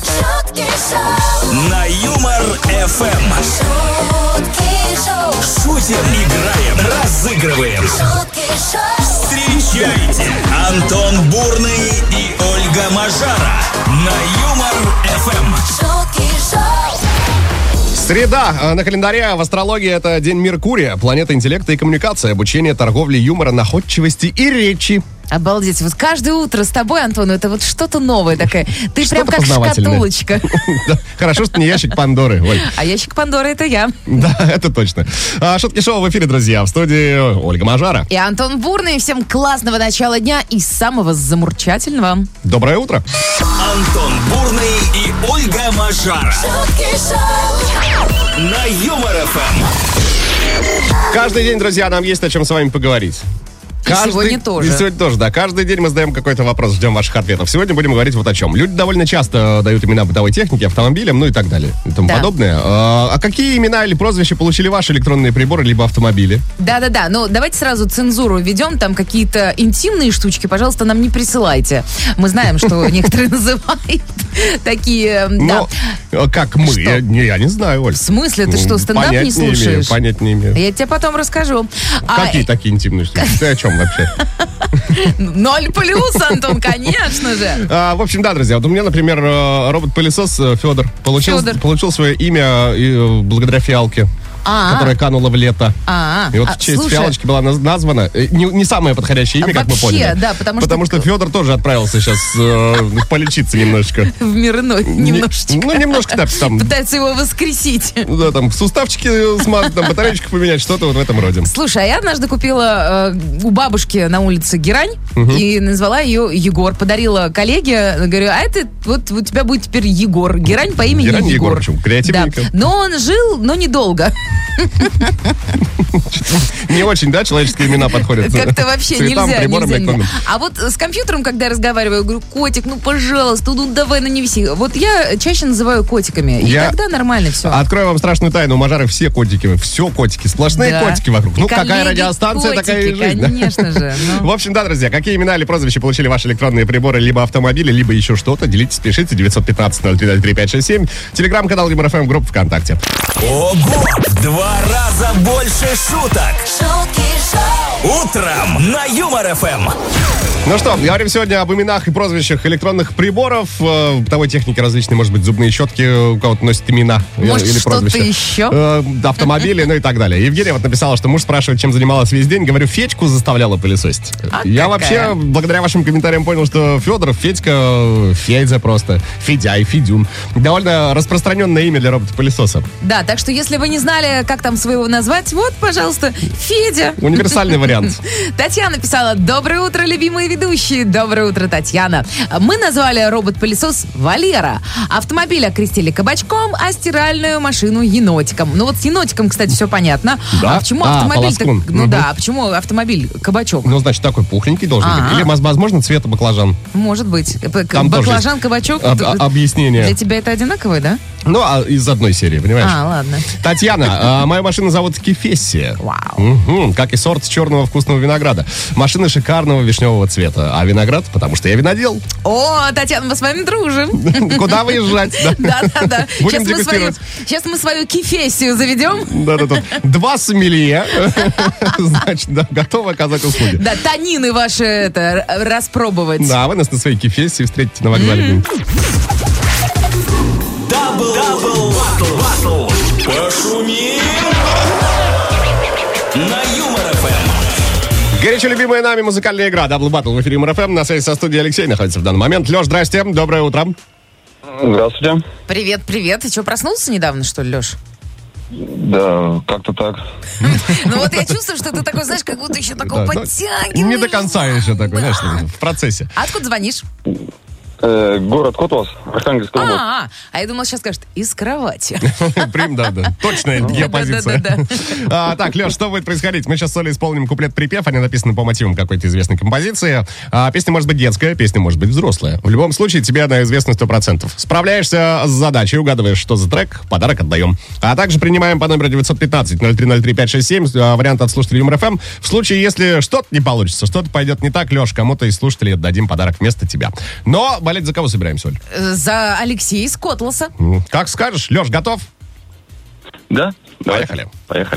На Юмор ФМ. Шутим, играем, разыгрываем. Встречайте, Антон Бурный и Ольга Мажара на Юмор ФМ. Среда на календаре в астрологии — это день Меркурия, планета интеллекта и коммуникации, обучения, торговли, юмора, находчивости и речи. Обалдеть. Вот каждое утро с тобой, Антон, это вот что-то новое такое. Ты прям как познавательное. шкатулочка. Хорошо, что не ящик Пандоры, Оль. А ящик Пандоры — это я. Да, это точно. Шутки шоу в эфире, друзья. В студии Ольга Мажара. И Антон Бурный. Всем классного начала дня и самого замурчательного. Доброе утро. Антон Бурный и Ольга Мажара на Юмор ФМ. Каждый день, друзья, нам есть о чем с вами поговорить. Сегодня тоже. И сегодня тоже, да. Каждый день мы задаем какой-то вопрос, ждем ваших ответов. Сегодня будем говорить вот о чем. Люди довольно часто дают имена бытовой техники, автомобилям, ну и так далее, и тому подобное. А какие имена или прозвища получили ваши электронные приборы, либо автомобили? Да-да-да, ну давайте сразу цензуру введем, там какие-то интимные штучки, пожалуйста, нам не присылайте. Мы знаем, что некоторые называют такие, да. Ну, как мы? Я не знаю, Оль. В смысле? Ты что, стендап не слушаешь? Понять не имею. Я тебе потом расскажу. Какие такие интимные штуки? Ты о чем вообще? 0 плюс, Антон, конечно же. В общем, да, друзья, вот у меня, например, робот-пылесос Федор получил свое имя благодаря фиалке, которая канула в лето. И вот в честь фиалочки была названа. Не самое подходящее имя, как мы поняли. Да, потому что Федор тоже отправился сейчас полечиться немножечко. В мир иной, немножечко. Ну, немножко, да. Пытаются его воскресить. Да, там суставчики смазать, там батареечки поменять, что-то вот в этом роде. Слушай, а я однажды купила у бабушки на улице герань и назвала ее Егор. Подарила коллеге, говорю, а это вот у тебя будет теперь Егор. Герань по имени Егор. Егор, почему? Креативненько. Да. Но он жил, но недолго. Не очень, да, человеческие имена подходят? Как-то вообще цветам, нельзя. электронным. А вот с компьютером, когда я разговариваю, говорю, котик, ну, пожалуйста, ну, давай, ну, не виси. Вот я чаще называю котиками, и тогда нормально все. Открою вам страшную тайну, у Мажары все котики, сплошные котики вокруг. Ну, какая радиостанция, такая и жизнь. Конечно же. В общем, да, друзья, какие имена или прозвища получили ваши электронные приборы, либо автомобили, либо еще что-то, делитесь, пишите, 915-0303-567, телеграм-канал Юмор ФМ, группа ВКонтакте. Ого! В 2 раза больше шуток. Утром на Юмор ФМ. Ну что, говорим сегодня об именах и прозвищах электронных приборов, бытовой техники различные, может быть, зубные щетки, у кого-то носят имена может, или прозвища. Может, что-то еще? Автомобили, ну и так далее. Евгения вот написала, что муж спрашивает, чем занималась весь день. Говорю, Федьку заставляла пылесосить. Я вообще, благодаря вашим комментариям, понял, что Федор, Федька, Федя просто, Федя и Федюн. Довольно распространенное имя для робота-пылесоса. Да, так что, если вы не знали, как там своего назвать, вот, пожалуйста, Федя. Универсальный вариант. Татьяна писала, доброе утро, любимые ведущие. Доброе утро, Татьяна. Мы назвали робот-пылесос Валера. Автомобиль окрестили кабачком, а стиральную машину енотиком. Ну вот с енотиком, кстати, все понятно. Да? А почему автомобиль... Ну да, а почему автомобиль кабачок? Ну, значит, такой пухленький должен быть. Или, возможно, цвета баклажан. Может быть. Там баклажан, кабачок. Объяснение. Для тебя это одинаковое, да? Ну, из одной серии, понимаешь? Ладно. Татьяна, мою машину зовут Кефессия. Вау. Как и сорт черного вкусного винограда. Машина шикарного вишневого цвета. А виноград, потому что я винодел. О, Татьяна, мы с вами дружим. Куда выезжать? Да. Будем дегустировать. Сейчас мы свою Кефессию заведем. Да. 2 сомелье. Значит, да, готовы оказать услуги. Да, танины ваши распробовать. Да, вы нас на своей Кефессии встретите на вокзале. Дабл батл. Пошумим на Юмор ФМ. Горячо любимая нами музыкальная игра Дабл Баттл в эфире Юмор ФМ. На связи со студией Алексей находится в данный момент. Леш, здрасте, доброе утро. Здравствуйте. Привет. Ты что, проснулся недавно, что ли, Леш? Да, как-то так. Ну вот я чувствую, что ты такой, знаешь, как будто еще такой подтягиваешь. Не до конца еще такой, знаешь, в процессе. Откуда звонишь? Город Котовос, Архангельская область. А я думала, сейчас скажет, из кровати. Прям, да. Точная геопозиция. Так, Леш, что будет происходить? Мы сейчас с Олей исполним куплет-припев. Они написаны по мотивам какой-то известной композиции. Песня может быть детская, песня может быть взрослая. В любом случае, тебе она известна 100%. Справляешься с задачей, угадываешь, что за трек, подарок отдаем. А также принимаем по номеру 915-0303-567 вариант от слушателей Юмор ФМ. В случае, если что-то не получится, что-то пойдет не так, Леш, кому-то из слушателей отдадим подарок вместо тебя. Но болеть за кого собираемся, Оль? За Алексея из Котласа. Как скажешь. Леш, готов? Да? Поехали. Поехали.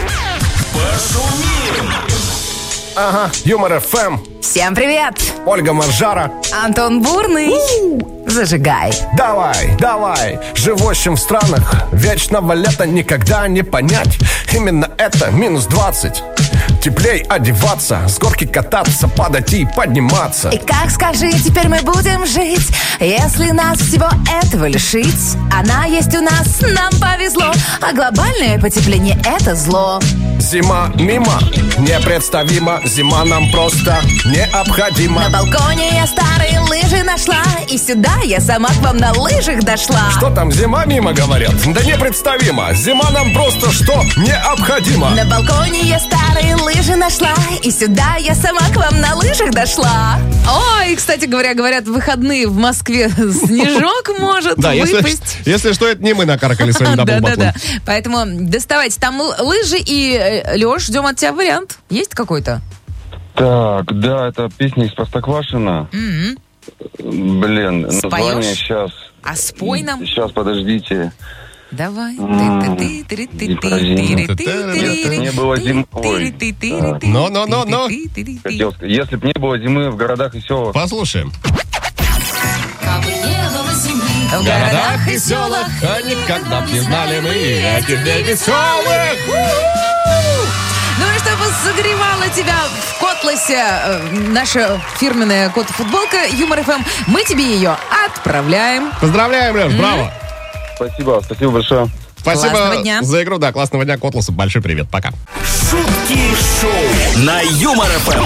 Ага, Юмор ФМ, Всем привет! Ольга Маржара. Антон Бурный. Зажигай. Давай, живущим в странах вечного лета никогда не понять. Именно это минус 20. Теплей одеваться, с горки кататься, падать и подниматься. И как, скажи, теперь мы будем жить, если нас всего этого лишить? Она есть у нас, нам повезло, а глобальное потепление — это зло. Зима мимо, непредставимо. Зима нам просто необходима. На балконе я старые лыжи нашла, и сюда я сама к вам на лыжах дошла. Что там, зима мимо, говорят? Да непредставимо. Зима нам просто что? Необходима. На балконе я старые лыжи нашла, и сюда я сама к вам на лыжах дошла. Ой, кстати говоря, говорят, в выходные в Москве снежок может Да, выпасть. если что, это не мы накаркали своим дабл-батлом. Да. Поэтому доставайте там лыжи, и, Леш, ждем от тебя вариант. Есть какой-то? Так, да, это песня из Простоквашино. Блин, Споешь? название сейчас. А спой нам. Сейчас, подождите. Давай. Не было зимы. Ой. Но. Хотел сказать, если б не было зимы в городах и селах. Послушаем. В городах и селах никогда б не знали мы этих дней веселых. Ну и чтобы согревала тебя в Котласе наша фирменная кот-футболка Юмор ФМ, мы тебе ее отправляем. Поздравляем, Леш, браво. Спасибо большое. Спасибо Классного дня. за игру, да, классного дня, Котласу. Большой привет, пока. Шутки шоу на Юмор ФМ.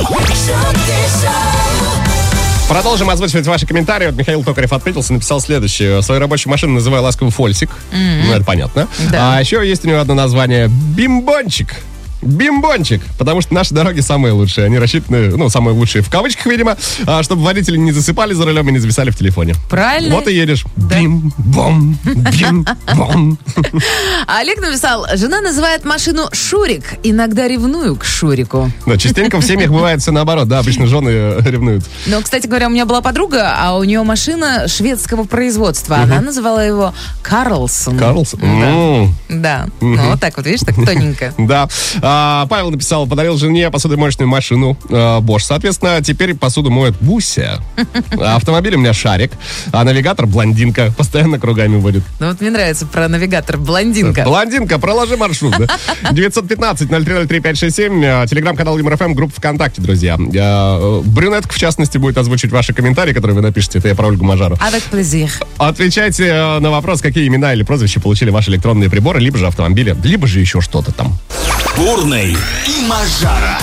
Продолжим озвучивать ваши комментарии. Вот Михаил Токарев отметился, написал следующее. Свою рабочую машину называю ласковый фольсик. Ну, это понятно. Да. А еще есть у него одно название бимбончик. Бимбончик, потому что наши дороги самые лучшие. Они рассчитаны, ну, самые лучшие в кавычках, видимо, чтобы водители не засыпали за рулем и не зависали в телефоне. Правильно. Вот и едешь. Да. Бим-бом, бим-бом. А Олег написал, жена называет машину Шурик. Иногда ревную к Шурику. Да, частенько в семьях бывает все наоборот, да, обычно жены ревнуют. Но, кстати говоря, у меня была подруга, а у нее машина шведского производства. Она называла его Карлсон. Карлсон? Да. Ну, вот так вот, видишь, так тоненько. Да. Павел написал, подарил жене посудомоечную машину Bosch. Соответственно, теперь посуду моет Буся. Автомобиль у меня Шарик, а навигатор блондинка. Постоянно кругами водит. Ну вот мне нравится про навигатор блондинка. Блондинка, проложи маршрут. 915-0303-567, телеграм-канал Юмор ФМ, группа ВКонтакте, друзья. Брюнетка, в частности, будет озвучить ваши комментарии, которые вы напишите. Это я про Ольгу Мажару. Avec plaisir. Отвечайте на вопрос, какие имена или прозвища получили ваши электронные приборы, либо же автомобили, либо же еще что-то там. Бурный и Мажара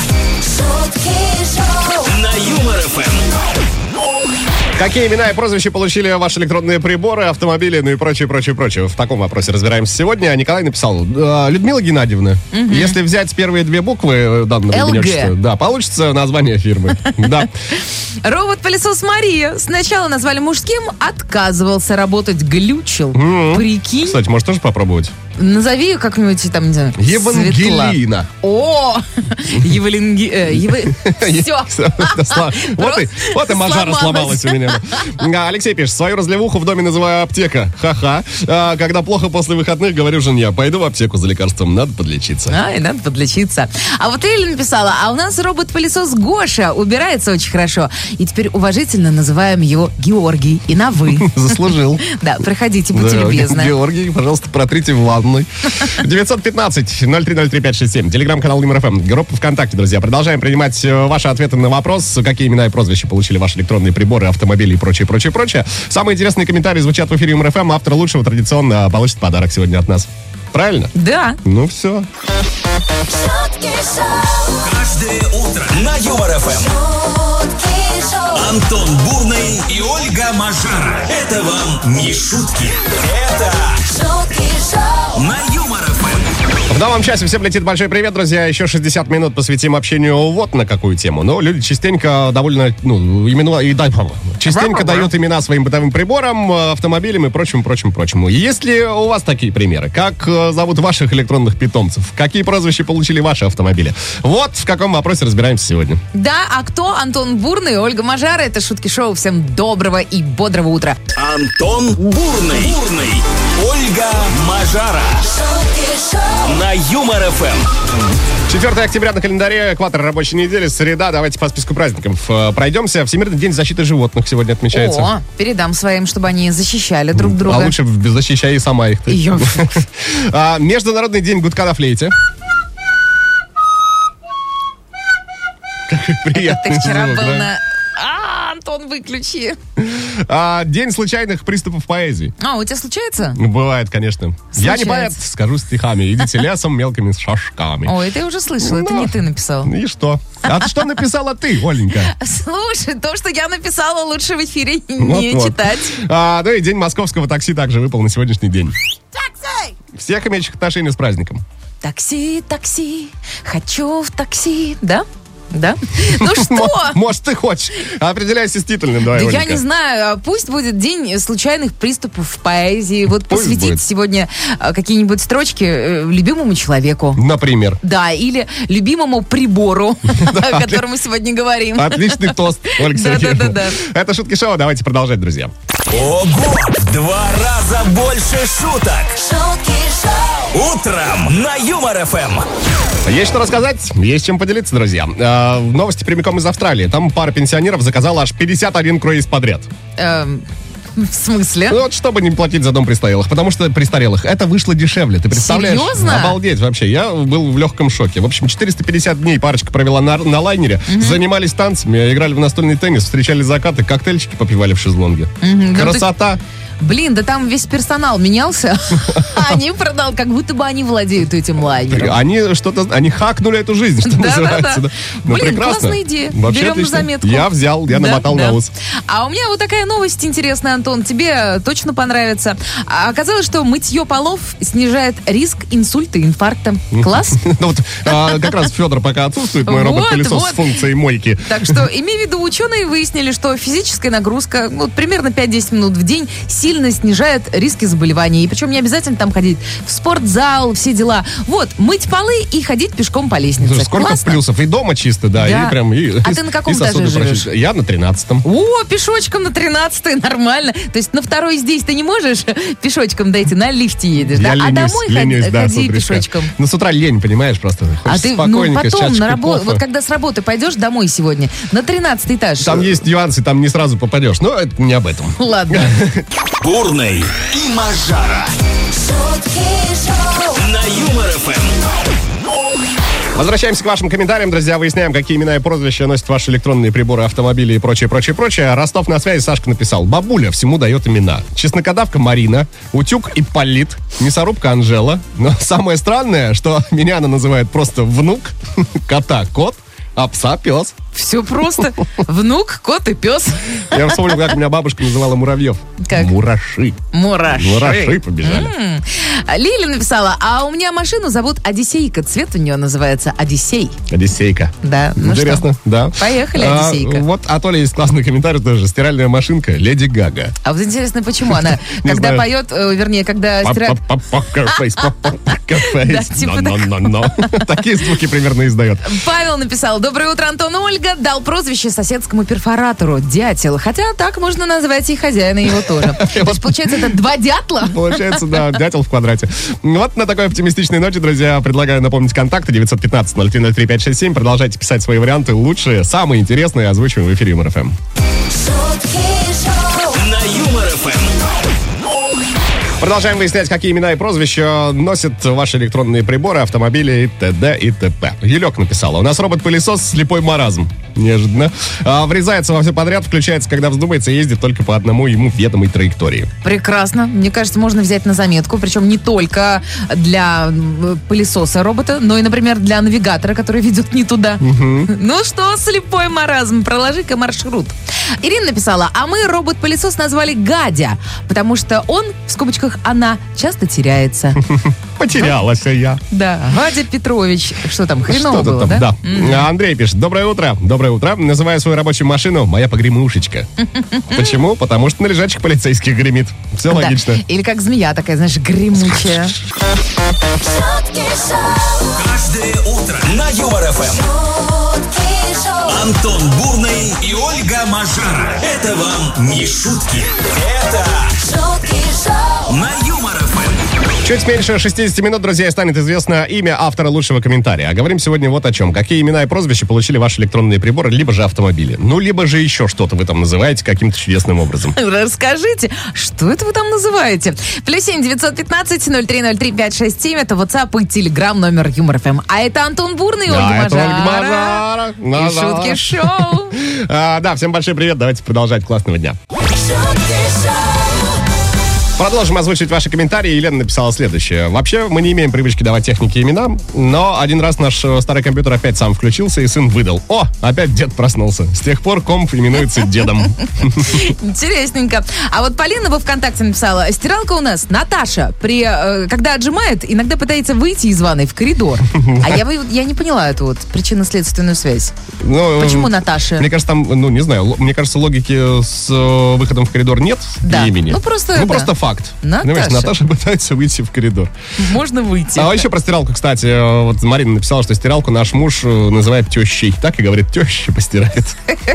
на Юмор ФМ. Какие имена и прозвища получили ваши электронные приборы, автомобили, ну и прочее. В таком вопросе разбираемся сегодня. Николай написал, Людмила Геннадьевна, если взять первые две буквы данного имени, да, получится название фирмы. Да. Робот-пылесос Мария. Сначала назвали мужским, отказывался работать, глючил. Прикинь. Кстати, может тоже попробовать? Назови ее как-нибудь там, не знаю, Евангелина. О! Все. Вот и Мажара сломалась у меня. Алексей пишет, свою разливуху в доме называю аптека. Ха-ха. Когда плохо после выходных, говорю жене, пойду в аптеку за лекарством, надо подлечиться. И надо подлечиться. А вот Эля написала, а у нас робот-пылесос Гоша убирается очень хорошо. И теперь уважительно называем его Георгий. И на «вы». Заслужил. Да, проходите, будьте любезны. Георгий, пожалуйста, протрите в ванной. 915-0303-567. Телеграм-канал Юмор ФМ. Группа ВКонтакте, друзья. Продолжаем принимать ваши ответы на вопрос, какие имена и прозвища получили ваши электронные приборы, автомобили и прочее. Самые интересные комментарии звучат в эфире Юмор ФМ. Автор лучшего традиционно получит подарок сегодня от нас. Правильно? Да. Ну все. Каждое утро на Юмор ФМ. Антон Бурный и Ольга Мажара. Это вам не шутки. Это шутки шоу на Юмор ФМ. В новом часе всем летит большой привет, друзья. Еще 60 минут посвятим общению вот на какую тему. Но люди частенько довольно, частенько дают имена своим бытовым приборам, автомобилям и прочему. Есть ли у вас такие примеры? Как зовут ваших электронных питомцев? Какие прозвища получили ваши автомобили? Вот в каком вопросе разбираемся сегодня. Да, а кто? Антон Бурный, Ольга Мажара. Это Шутки Шоу. Всем доброго и бодрого утра. Антон Бурный, Ольга Мажара на Юмор ФМ. 4 октября на календаре, экватор рабочей недели, среда. Давайте по списку праздников пройдемся. Всемирный день защиты животных сегодня отмечается. О, передам своим, чтобы они защищали друг друга. А лучше защищай и сама их. Международный день гудка на флейте. Какой приятный Ты вчера звук, был да? на... Антон, выключи. День случайных приступов поэзии. У тебя случается? Бывает, конечно. Я не поэт, скажу стихами. Идите лесом мелкими шажками. Ой, это я уже слышала, это не ты написал. И что? А что написала ты, Оленька? Слушай, то, что я написала, лучше в эфире не читать. Ну и день московского такси также выпал на сегодняшний день. Такси! Всех имеющих отношения с праздником. Такси, хочу в такси, да? Да? Ну что? Может, ты хочешь. Определяйся с титульным, давай, Да Оленька. я не знаю. Пусть будет день случайных приступов в поэзии. Вот Пусть посвятить будет. сегодня какие-нибудь строчки любимому человеку. Например. Да, или любимому прибору, о котором мы сегодня говорим. Отличный тост, Ольга Сергеевна. Да. Это Шутки Шоу. Давайте продолжать, друзья. Ого! 2 раза больше шуток. Шутки Шоу. Утром на Юмор ФМ. Есть что рассказать, есть чем поделиться, друзья. Новости прямиком из Австралии. Там пара пенсионеров заказала аж 51 круиз подряд. В смысле? Ну, вот чтобы не платить за дом престарелых. Потому что престарелых это вышло дешевле. Ты представляешь? Серьезно? Обалдеть вообще. Я был в легком шоке. В общем, 450 дней парочка провела на лайнере. Занимались танцами, играли в настольный теннис, встречали закаты, коктейльчики попивали в шезлонге. Красота. Блин, да там весь персонал менялся. Они продал, как будто бы они владеют этим лайнером. Они хакнули эту жизнь, что называется. Да. Ну, Блин, прекрасно. классная идея. Вообще Берем на отлично. заметку. Я взял, я намотал на ус. А у меня вот такая новость интересная, Антон. Тебе точно понравится. Оказалось, что мытье полов снижает риск инсульта и инфаркта. Класс? Ну вот как раз Федор пока отсутствует, мой робот-пылесос с функцией мойки. Так что, имей в виду, ученые выяснили, что физическая нагрузка, примерно 5-10 минут в день, сильно снижает риски заболеваний. И причем не обязательно там ходить в спортзал, все дела. Вот, мыть полы и ходить пешком по лестнице. Слушай, сколько Классно? плюсов? И дома чисто, да. Да. И прям, А ты на каком этаже живешь? Я на 13-м. О, пешочком на 13-й, нормально. То есть на 2-й здесь ты не можешь пешочком дойти, на лифте едешь, Я да? А домой ленюсь, да, ходи смотришь, пешочком. Ну, с утра лень, понимаешь, просто. А Хочешь ты, спокойненько, с потом чашечкой на работу, кофе. вот когда с работы пойдешь домой сегодня, на 13-й этаж. Там есть нюансы, там не сразу попадешь. Но это не об этом. Ладно. Бурный и Мажара Шутки Шоу. на Юмор ФМ. Возвращаемся к вашим комментариям, друзья. Выясняем, какие имена и прозвища носят ваши электронные приборы, автомобили и прочее. Ростов на связи. Сашка написал: бабуля всему дает имена. Чеснокодавка Марина, утюг Ипполит, мясорубка Анжела. Но самое странное, что меня она называет просто внук, кота кот, а пса пес. Все просто. Внук, кот и пес. Я вспомнил, как меня бабушка называла муравьев. Как? Мураши. Мураши побежали. Лиля написала: а у меня машину зовут Одиссейка. Цвет у нее называется Одиссей. Одиссейка. Да, ну Интересно, что? да. Поехали, Одиссейка. Вот от Оли есть классный комментарий тоже. Стиральная машинка Леди Гага. А вот интересно, почему она, Не когда знаю. поет, вернее, когда стирает... Да, типа Такие звуки примерно издает. Павел написал: доброе утро, Антон, Ольга. Дал прозвище соседскому перфоратору Дятел. Хотя так можно назвать и хозяина его тоже. То есть, получается, это 2 дятла? Получается, да, дятел в квадрате. Вот на такой оптимистичной ноте, друзья, предлагаю напомнить контакты 915-0303-567. Продолжайте писать свои варианты. Лучшие, самые интересные озвучиваем в эфире Юмор ФМ. Шутки Шоу. На Юмор ФМ. Продолжаем выяснять, какие имена и прозвища носят ваши электронные приборы, автомобили и т.д. и т.п. Елек написала: у нас робот-пылесос слепой маразм. Неожиданно. Врезается во все подряд, включается, когда вздумается, и ездит только по одному ему ведомой траектории. Прекрасно. Мне кажется, можно взять на заметку. Причем не только для пылесоса робота, но и, например, для навигатора, который ведет не туда. Ну что, слепой маразм, проложи-ка маршрут. Ирина написала: а мы робот-пылесос назвали Гадя, потому что он, в скобочках она, часто теряется. Потерялась я. Да, Вадя Петрович. Что там, хреново Что-то было, там, да? да. Андрей пишет: доброе утро. Доброе утро. Называю свою рабочую машину «Моя погремушечка». Почему? Потому что на лежачих полицейских гремит. Все Да. логично. Или как змея такая, знаешь, гремучая. шутки шоу, Каждое утро на Юмор ФМ. шутки шоу, Антон Бурный и Ольга Мажара. Это вам не шутки. Это шутки шоу, на Юмор ФМ. Чуть меньше 60 минут, друзья, и станет известно имя автора лучшего комментария. А говорим сегодня вот о чем. Какие имена и прозвища получили ваши электронные приборы, либо же автомобили. Ну, либо же еще что-то вы там называете каким-то чудесным образом. Расскажите, что это вы там называете? +7 915 0303 567. Это WhatsApp и Telegram номер Юмор ФМ. А это Антон Бурный и Ольга Да, это Ольга Мажара. Мажара. И шутки шоу. Да, всем большой привет. Давайте продолжать. Классного дня. шутки шоу, Продолжим озвучивать ваши комментарии. Елена написала следующее. Вообще, мы не имеем привычки давать технике имена, но один раз наш старый компьютер опять сам включился, и сын выдал: о, опять дед проснулся. С тех пор комп именуется дедом. Интересненько. А вот Полина во ВКонтакте написала: стиралка у нас Наташа, когда отжимает, иногда пытается выйти из ванной в коридор. А я не поняла эту вот причинно-следственную связь. Ну, Почему Наташа? Мне кажется, там, не знаю, мне кажется, логики с выходом в коридор нет Да. в имени. Ну, просто, да. просто факт. Наташа. Понимаешь, Наташа пытается выйти в коридор. Можно выйти. А еще про стиралку, кстати, вот Марина написала, что стиралку наш муж называет тещей. Так и говорит: теща постирает.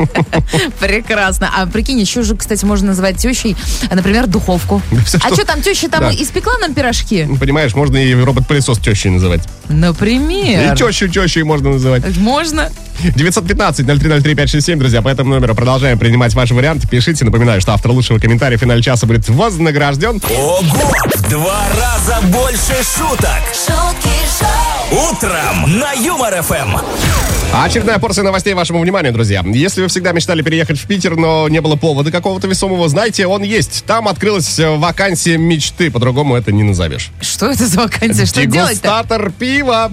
Прекрасно. А прикинь, еще же, кстати, можно называть тещей, например, духовку. Всё, А что- что там, теща там Да. испекла нам пирожки? Понимаешь, можно и робот-пылесос тещей называть. Например. И тещей можно называть. Можно. 915-0303-567, друзья, по этому номеру продолжаем принимать ваши варианты. Пишите. Напоминаю, что автор лучшего комментария в финале часа будет вознагражден. Ого! В 2 раза больше шуток. шутки шоу, Утром на Юмор ФМ. А очередная порция новостей вашему вниманию, друзья. Если вы всегда мечтали переехать в Питер, но не было повода какого-то весомого, знаете, он есть. Там открылась вакансия мечты, по-другому это не назовешь. Что это за вакансия? Что делать-то? Дегустатор пива.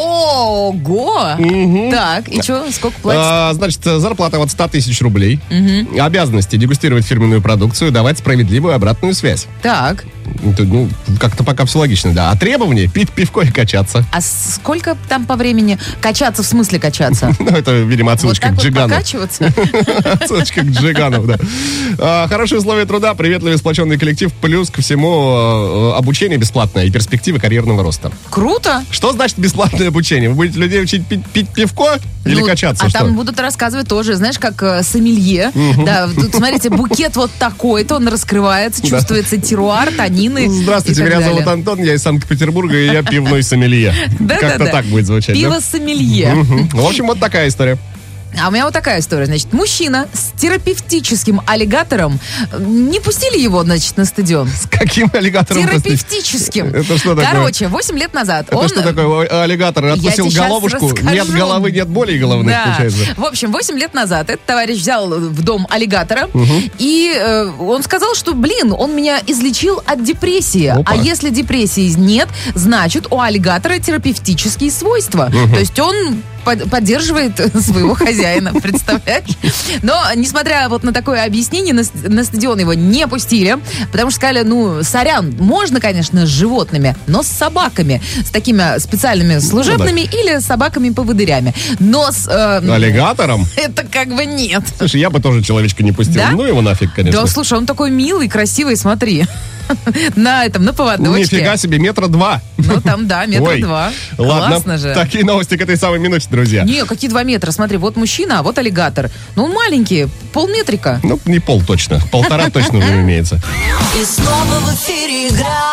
Ого! Так, и что, сколько платят? Значит, зарплата от 100 тысяч рублей. Обязанности: дегустировать фирменную продукцию, давать справедливую обратную связь. Так, Это, как-то пока все логично, да. А требования: пить пивко и качаться. а сколько там по времени? Качаться, в смысле качаться? Ну, это, видимо, Вот отсылочка так к вот Джигану. покачиваться? Отсылочка к Джигану, да. Хорошие условия труда, приветливый сплоченный коллектив, плюс ко всему обучение бесплатное и перспективы карьерного роста. Круто! Что значит бесплатное обучение? Вы будете людей учить пить пивко или Ну, качаться? А что? там будут рассказывать тоже, знаешь, как сомелье. Да, тут, смотрите, букет вот такой-то, он раскрывается, чувствуется терруар, танины. Здравствуйте, и так меня далее. зовут Антон, я из Санкт-Петербурга, и я пивной сомелье. Да-да-да. Как-то так будет звучать, да? Пиво-сомелье. В общем, вот такая история. А у меня вот такая история. Значит, мужчина с терапевтическим аллигатором не пустили его, значит, на стадион. С каким аллигатором? Терапевтическим. Это что такое? Короче, 8 лет назад Это он... что такое? Аллигатор откусил тебе щас головушку? расскажу. Нет головы, нет боли головных, Да. получается. В общем, 8 лет назад этот товарищ взял в дом аллигатора, и он сказал, что, он меня излечил от депрессии. Опа. А если депрессии нет, значит, у аллигатора терапевтические свойства. То есть он поддерживает своего хозяина, представляешь? Но, несмотря вот на такое объяснение, на стадион его не пустили, потому что сказали, сорян, можно, конечно, с животными, но с собаками, с такими специальными служебными или собаками-поводырями. Но с... Аллигатором? Это как бы нет. Слушай, я бы тоже человечка не пустил. Да? Ну его нафиг, конечно. Да, слушай, он такой милый, красивый, смотри. На поводочке. Нифига себе, 2 метра. Ну, там, да, 1,2 Ой, метра. Ладно, Классно же. такие новости к этой самой минуте, друзья. Не, какие 2 метра? Смотри, вот мужчина, а вот аллигатор. Ну, он маленький, полметрика. Ну, не пол точно. 1,5 точно в нем имеется. и снова в эфире игра.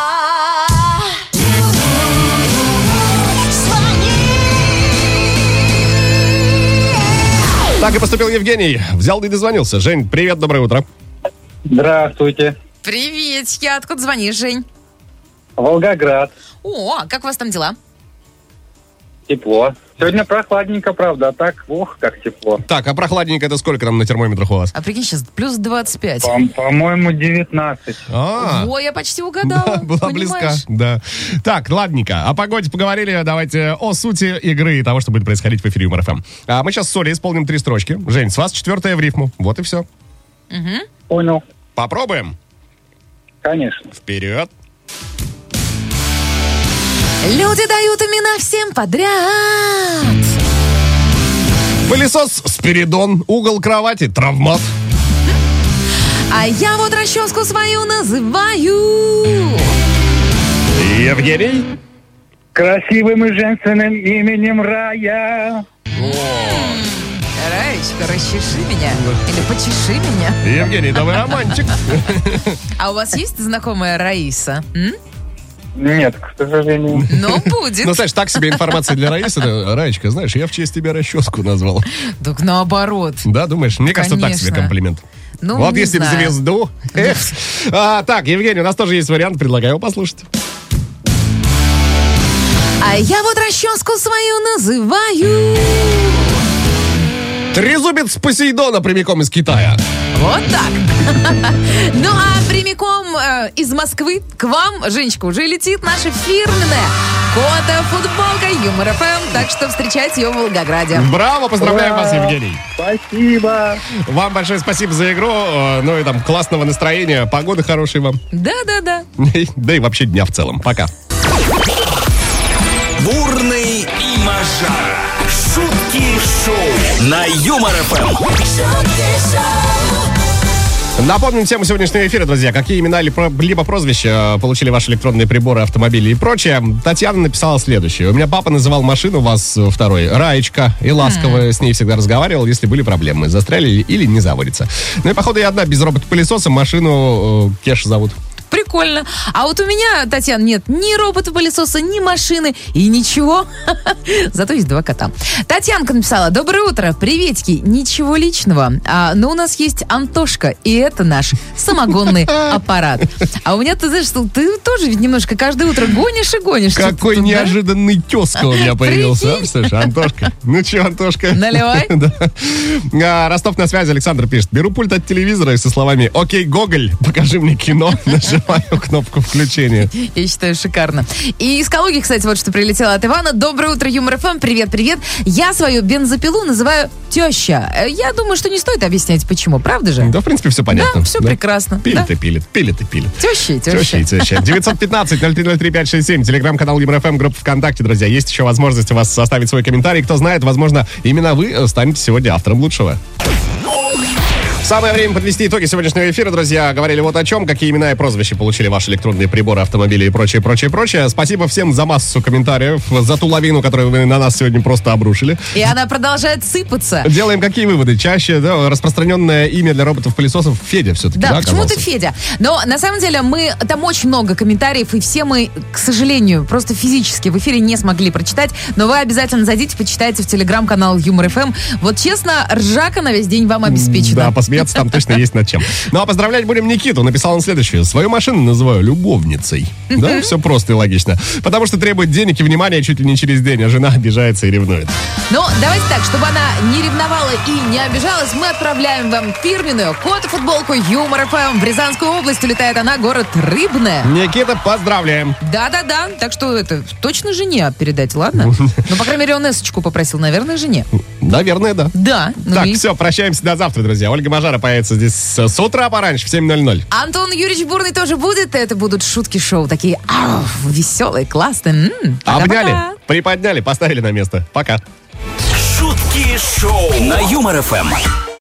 Звони. Так и поступил Евгений. Взял да и дозвонился. Жень, привет, доброе утро. Здравствуйте. Привет, я откуда звонишь, Жень? Волгоград. О, как у вас там дела? Тепло. Сегодня прохладненько, правда, а так, как тепло. Так, а прохладненько это сколько там на термометрах у вас? А прикинь, сейчас плюс 25. По-моему, 19. Ой, я почти угадала. Да, была понимаешь? близка, да. Так, ладненько. О погоде поговорили. Давайте о сути игры и того, что будет происходить в эфире Юмор ФМ. А мы сейчас с Олей исполним 3 строчки. Жень, с вас 4-я в рифму. Вот и все. Понял. Попробуем. Конечно. Вперед. Люди дают имена всем подряд. Пылесос Спиридон, угол кровати Травмат. А я вот расческу свою называю Евгений. Красивым и женственным именем Рая. Раечка, расчеши меня или почеши меня. Евгений, да вы романтик. А у вас есть знакомая Раиса? М? Нет, к сожалению. Ну, будет. Ну, знаешь, так себе информация для Раисы. Раечка, знаешь, я в честь тебя расческу назвал. Так наоборот. Да, думаешь? Мне кажется, так себе Конечно. комплимент. Ну, Вот не если бы знаю. звезду. Эх. Так, Евгений, у нас тоже есть вариант, предлагаю его послушать. А я вот расческу свою называю Трезубец Посейдона прямиком из Китая. вот так. Ну, а прямиком из Москвы к вам, Женечка, уже летит наша фирменная кота-футболка Юмор ФМ. Так что встречайте ее в Волгограде. Браво, поздравляем Ура! вас, Евгений. Спасибо. Вам большое спасибо за игру. Ну и там классного настроения, погоды хорошей вам. Да-да-да. Да и вообще дня в целом. Пока. Бурный и Мажара. Шутки шоу на Юмор ФМ. шутки шоу, Напомним тему сегодняшнего эфира, друзья. Какие имена либо прозвища получили ваши электронные приборы, автомобили и прочее. Татьяна написала следующее. У меня папа называл машину, у вас второй, Раечка. И ласково с ней всегда разговаривал, если были проблемы. Застряли или не заводится. Ну и, походу, я одна без робота-пылесоса. Машину Кеш зовут. Прикольно. А вот у меня, Татьяна, нет ни робота-пылесоса, ни машины и ничего. Зато есть два кота. Татьянка написала: доброе утро, приветики, ничего личного. Но у нас есть Антошка, и это наш самогонный аппарат. А у меня, ты знаешь, что ты тоже ведь немножко каждое утро гонишь и гонишь. Какой что-то, да? неожиданный тезка у меня появился. Прикинь. Слушай, Антошка. Ну че, Антошка? Наливай. Да. Ростов на связи, Александр пишет. Беру пульт от телевизора и со словами: «Окей, Гоголь, покажи мне кино». Нажимаю кнопку включения. Я считаю, шикарно. И из Калуги, кстати, вот что прилетело от Ивана. Доброе утро, Юмор ФМ. Привет. Я свою бензопилу называю теща. Я думаю, что не стоит объяснять, почему. Правда же? Да, в принципе, все понятно. Да, все прекрасно. Пилит Да. и пилит. Теща и Теща и теща. 915-0303-567. Телеграм-канал Юмор ФМ, группа ВКонтакте, друзья. Есть еще возможность у вас оставить свой комментарий. Кто знает, возможно, именно вы станете сегодня автором лучшего. Самое время подвести итоги сегодняшнего эфира, друзья. Говорили вот о чем, какие имена и прозвища получили ваши электронные приборы, автомобили и прочее. Спасибо всем за массу комментариев, за ту лавину, которую вы на нас сегодня просто обрушили. И она продолжает сыпаться. Делаем какие выводы? Чаще, да, распространенное имя для роботов-пылесосов Федя все-таки, Да, да, почему-то оказался? Федя. Но на самом деле там очень много комментариев, и все мы, к сожалению, просто физически в эфире не смогли прочитать. Но вы обязательно зайдите, почитайте в телеграм-канал Юмор ФМ. Вот честно, ржака на весь день вам обеспечена. Да, посмеяться там точно есть над чем. Ну, а поздравлять будем Никиту. Написал он следующее. Свою машину называю любовницей. Да, все просто и логично. Потому что требует денег и внимания чуть ли не через день, а жена обижается и ревнует. Ну, давайте так, чтобы она не ревновала и не обижалась, мы отправляем вам фирменную кота-футболку Юмор ФМ. В Рязанскую область улетает она, город Рыбное. Никита, поздравляем. Да. Так что это точно жене передать, ладно? Ну, по крайней мере, он эсочку попросил, наверное, жене. Наверное, да. Да. Ну Так, и все, прощаемся до завтра, друзья. Ольга Мажара появится здесь с утра пораньше, в 7:00. Антон Юрьевич Бурный тоже будет. Это будут шутки-шоу такие веселые, классные. Пока-пока. Обняли, приподняли, поставили на место. Пока. Шутки шоу на Юмор ФМ.